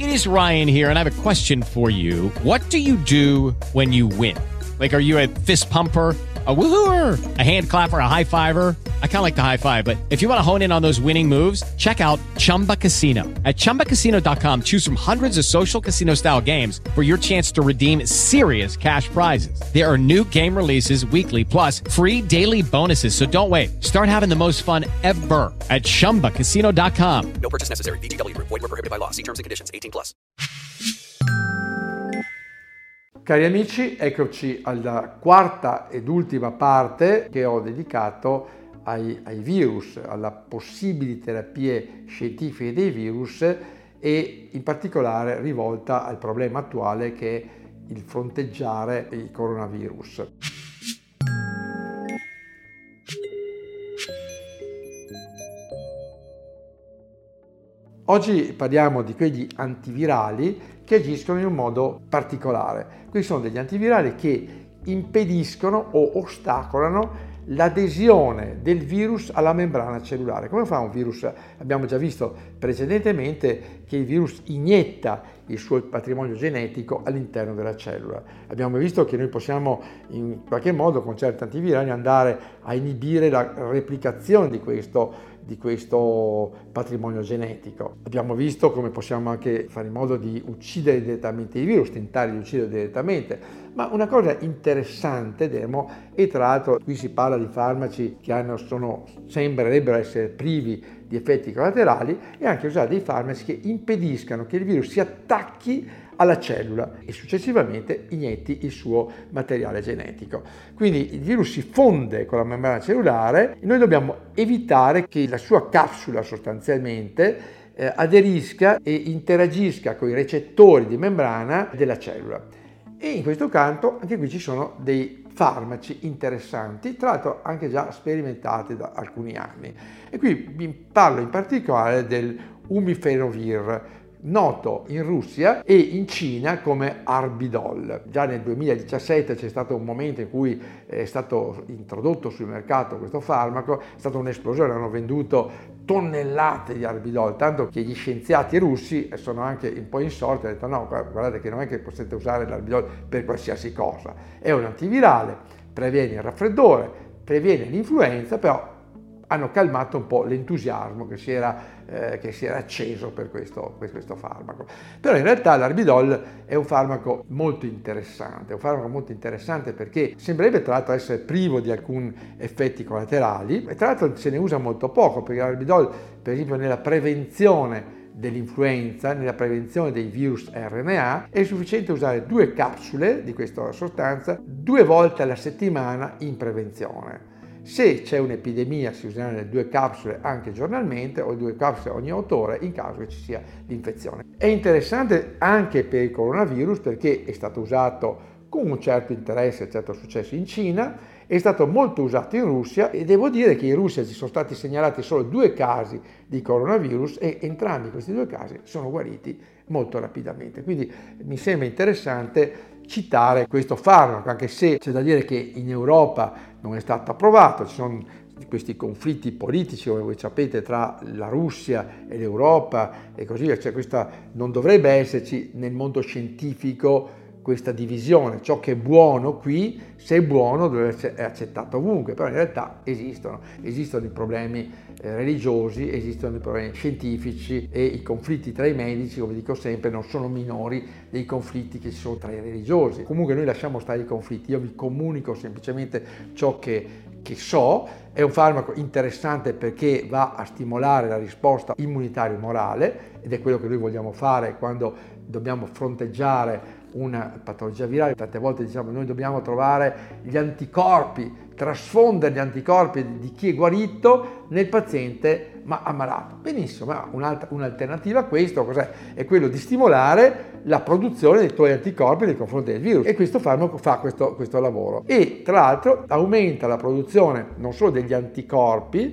It is Ryan here, and I have a question for you. What do you do when you win? Like, are you a fist pumper, a woohooer, a hand clapper, a high fiver? I kind of like the high five, but if you want to hone in on those winning moves, check out Chumba Casino. At ChumbaCasino.com, choose from hundreds of social casino style games for your chance to redeem serious cash prizes. There are new game releases weekly, plus free daily bonuses. So don't wait. Start having the most fun ever at ChumbaCasino.com. No purchase necessary. VGW Group. Void where prohibited by law. See terms and conditions. 18+. Cari amici, eccoci alla quarta ed ultima parte che ho dedicato ai virus, alla possibili terapie scientifiche dei virus e in particolare rivolta al problema attuale che è il fronteggiare il coronavirus. Oggi parliamo di quegli antivirali che agiscono in un modo particolare. Questi sono degli antivirali che impediscono o ostacolano l'adesione del virus alla membrana cellulare. Come fa un virus? Abbiamo già visto precedentemente che il virus inietta il suo patrimonio genetico all'interno della cellula. Abbiamo visto che noi possiamo in qualche modo con certi antivirali andare a inibire la replicazione di questo patrimonio genetico. Abbiamo visto come possiamo anche fare in modo di uccidere direttamente i virus, tentare di uccidere direttamente. Ma una cosa interessante, Demo, e tra l'altro qui si parla di farmaci che sembrerebbero essere privi di effetti collaterali, e anche usare dei farmaci che impediscano che il virus si attacchi alla cellula e successivamente inietti il suo materiale genetico. Quindi il virus si fonde con la membrana cellulare e noi dobbiamo evitare che la sua capsula sostanzialmente aderisca e interagisca con i recettori di membrana della cellula. E in questo canto anche qui ci sono dei farmaci interessanti, tra l'altro anche già sperimentati da alcuni anni. E qui vi parlo in particolare del Umiferovir, noto in Russia e in Cina come Arbidol. Già nel 2017 c'è stato un momento in cui è stato introdotto sul mercato questo farmaco, è stata un'esplosione, hanno venduto tonnellate di Arbidol, tanto che gli scienziati russi sono anche un po' insorti, hanno detto no, guardate che non è che potete usare l'Arbidol per qualsiasi cosa, è un antivirale, previene il raffreddore, previene l'influenza, però hanno calmato un po' l'entusiasmo che si era acceso per questo farmaco. Però in realtà l'Arbidol è un farmaco molto interessante, perché sembrerebbe tra l'altro essere privo di alcuni effetti collaterali e tra l'altro se ne usa molto poco, perché l'Arbidol per esempio nella prevenzione dell'influenza, nella prevenzione dei virus RNA, è sufficiente usare 2 capsule di questa sostanza 2 volte alla settimana in prevenzione. Se c'è un'epidemia si useranno le 2 capsule anche giornalmente o 2 capsule ogni 8 ore in caso che ci sia l'infezione. È interessante anche per il coronavirus perché è stato usato con un certo interesse, certo successo in Cina, è stato molto usato in Russia e devo dire che in Russia ci sono stati segnalati solo 2 casi di coronavirus e entrambi questi 2 casi sono guariti molto rapidamente. Quindi mi sembra interessante citare questo farmaco, anche se c'è da dire che in Europa non è stato approvato, ci sono questi conflitti politici, come voi sapete, tra la Russia e l'Europa e così via, non dovrebbe esserci nel mondo scientifico questa divisione, ciò che è buono qui, se è buono deve essere accettato ovunque, però in realtà esistono i problemi religiosi, esistono i problemi scientifici e i conflitti tra i medici, come dico sempre, non sono minori dei conflitti che ci sono tra i religiosi. Comunque noi lasciamo stare i conflitti, io vi comunico semplicemente ciò che so. È un farmaco interessante perché va a stimolare la risposta immunitaria morale ed è quello che noi vogliamo fare quando dobbiamo fronteggiare una patologia virale. Tante volte diciamo noi dobbiamo trovare gli anticorpi, trasfondere gli anticorpi di chi è guarito nel paziente ma ammalato. Benissimo, ma un'alternativa a questo cos'è? È quello di stimolare la produzione dei tuoi anticorpi nei confronti del virus, e questo farmaco fa questo lavoro e tra l'altro aumenta la produzione non solo degli anticorpi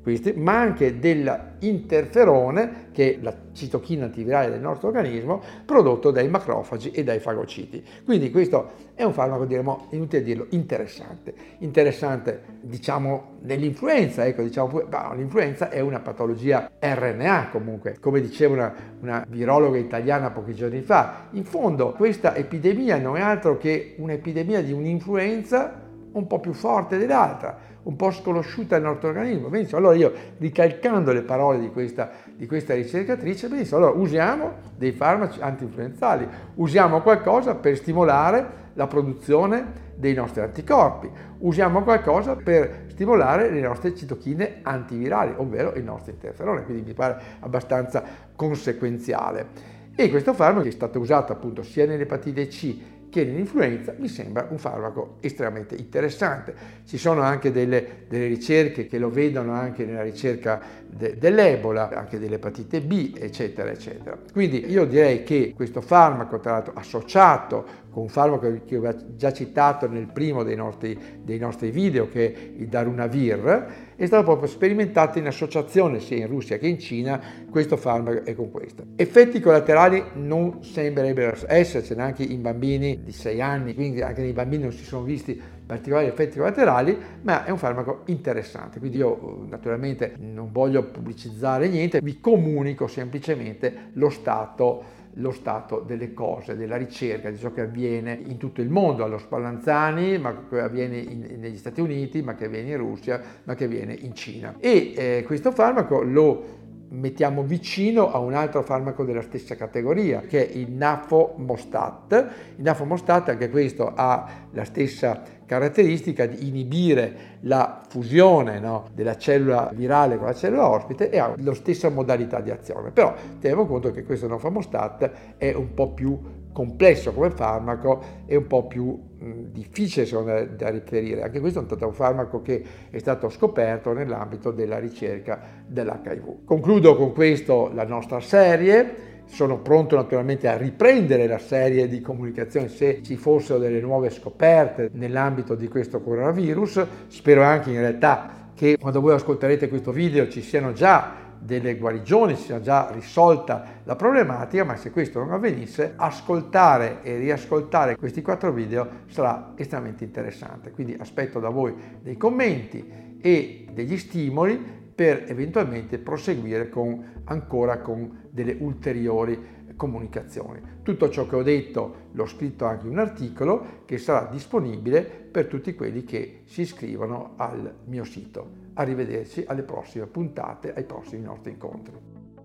questi, ma anche dell'interferone, che è la citochina antivirale del nostro organismo, prodotto dai macrofagi e dai fagociti. Quindi questo è un farmaco, diremo, inutile dirlo, interessante. Interessante, diciamo, nell'influenza, ecco, diciamo, l'influenza è una patologia RNA comunque, come diceva una virologa italiana pochi giorni fa. In fondo questa epidemia non è altro che un'epidemia di un'influenza un po' più forte dell'altra, un po' sconosciuta nel nostro organismo. Benissimo, allora io, ricalcando le parole di questa ricercatrice, benissimo, allora usiamo dei farmaci antinfluenzali, usiamo qualcosa per stimolare la produzione dei nostri anticorpi, usiamo qualcosa per stimolare le nostre citochine antivirali, ovvero il nostro interferone, quindi mi pare abbastanza conseguenziale. E questo farmaco è stato usato appunto sia nell'epatite C che nell'influenza, mi sembra un farmaco estremamente interessante. Ci sono anche delle ricerche che lo vedono anche nella ricerca dell'Ebola, anche dell'epatite B, eccetera, eccetera. Quindi io direi che questo farmaco, tra l'altro associato con un farmaco che ho già citato nel primo dei nostri video, che è il Darunavir, è stato proprio sperimentato in associazione sia in Russia che in Cina, questo farmaco e con questo. Effetti collaterali non sembrerebbero esserci neanche in bambini di 6 anni, quindi anche nei bambini non si sono visti particolari effetti collaterali, ma è un farmaco interessante. Quindi io naturalmente non voglio pubblicizzare niente, vi comunico semplicemente lo stato delle cose, della ricerca, di ciò che avviene in tutto il mondo, allo Spallanzani, ma che avviene negli Stati Uniti, ma che avviene in Russia, ma che avviene in Cina. E questo farmaco lo mettiamo vicino a un altro farmaco della stessa categoria, che è il Nafomostat. Il Nafomostat, anche questo, ha la stessa caratteristica di inibire la fusione, no, della cellula virale con la cellula ospite e ha la stessa modalità di azione. Però teniamo conto che questo Nafomostat è un po' più complesso come farmaco e un po' più difficile secondo me da riferire. Anche questo è stato un farmaco che è stato scoperto nell'ambito della ricerca dell'HIV. Concludo con questo la nostra serie. Sono pronto naturalmente a riprendere la serie di comunicazione se ci fossero delle nuove scoperte nell'ambito di questo coronavirus. Spero anche in realtà che quando voi ascolterete questo video ci siano già delle guarigioni, si sia già risolta la problematica, ma se questo non avvenisse, ascoltare e riascoltare questi 4 video sarà estremamente interessante. Quindi aspetto da voi dei commenti e degli stimoli per eventualmente proseguire ancora con delle ulteriori comunicazioni. Tutto ciò che ho detto l'ho scritto anche in un articolo che sarà disponibile per tutti quelli che si iscrivono al mio sito. Arrivederci alle prossime puntate, ai prossimi nostri incontri.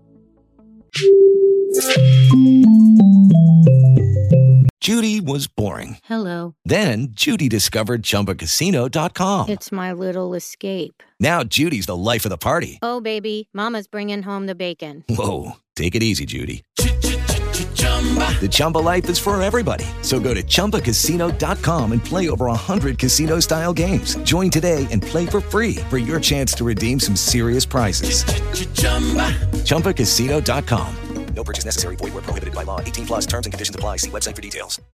Judy was boring. Hello. Then Judy discovered ChumbaCasino.com. It's my little escape. Now Judy's the life of the party. Oh, baby, mama's bringing home the bacon. Whoa, take it easy, Judy. The Chumba life is for everybody. So go to ChumbaCasino.com and play over 100 casino-style games. Join today and play for free for your chance to redeem some serious prizes. ChumbaCasino.com. No purchase necessary. Void where prohibited by law. 18+ terms and conditions apply. See website for details.